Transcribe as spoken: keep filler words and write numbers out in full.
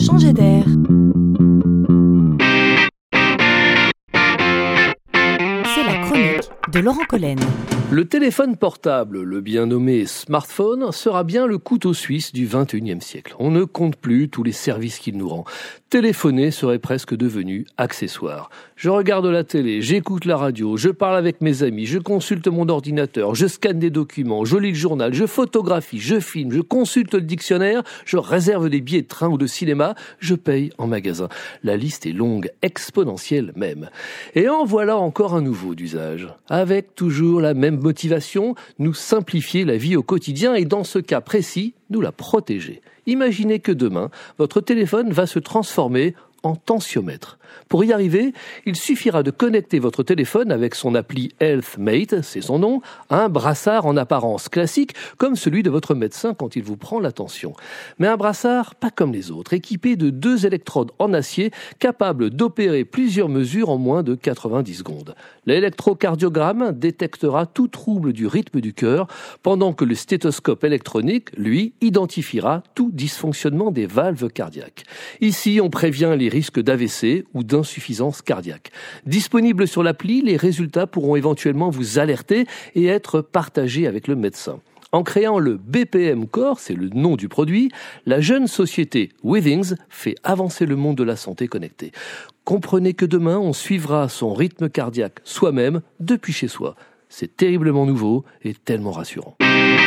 changer d'air. C'est la chronique de Laurent Collen. Le téléphone portable, le bien nommé smartphone, sera bien le couteau suisse du vingt et unième siècle. On ne compte plus tous les services qu'il nous rend. Téléphoner serait presque devenu accessoire. Je regarde la télé, j'écoute la radio, je parle avec mes amis, je consulte mon ordinateur, je scanne des documents, je lis le journal, je photographie, je filme, je consulte le dictionnaire, je réserve des billets de train ou de cinéma, je paye en magasin. La liste est longue, exponentielle même. Et en voilà encore un nouveau d'usage. Avec toujours la même motivation, nous simplifier la vie au quotidien et dans ce cas précis, nous la protéger. Imaginez que demain, votre téléphone va se transformer en tensiomètre. Pour y arriver, il suffira de connecter votre téléphone avec son appli HealthMate, c'est son nom, à un brassard en apparence classique, comme celui de votre médecin quand il vous prend la tension. Mais un brassard pas comme les autres, équipé de deux électrodes en acier, capables d'opérer plusieurs mesures en moins de quatre-vingt-dix secondes. L'électrocardiogramme détectera tout trouble du rythme du cœur, pendant que le stéthoscope électronique, lui, identifiera tout dysfonctionnement des valves cardiaques. Ici, on prévient les risques d'A V C ou d'insuffisance cardiaque. Disponible sur l'appli, les résultats pourront éventuellement vous alerter et être partagés avec le médecin. En créant le B P M Core, c'est le nom du produit, la jeune société Withings fait avancer le monde de la santé connectée. Comprenez que demain, on suivra son rythme cardiaque soi-même depuis chez soi. C'est terriblement nouveau et tellement rassurant.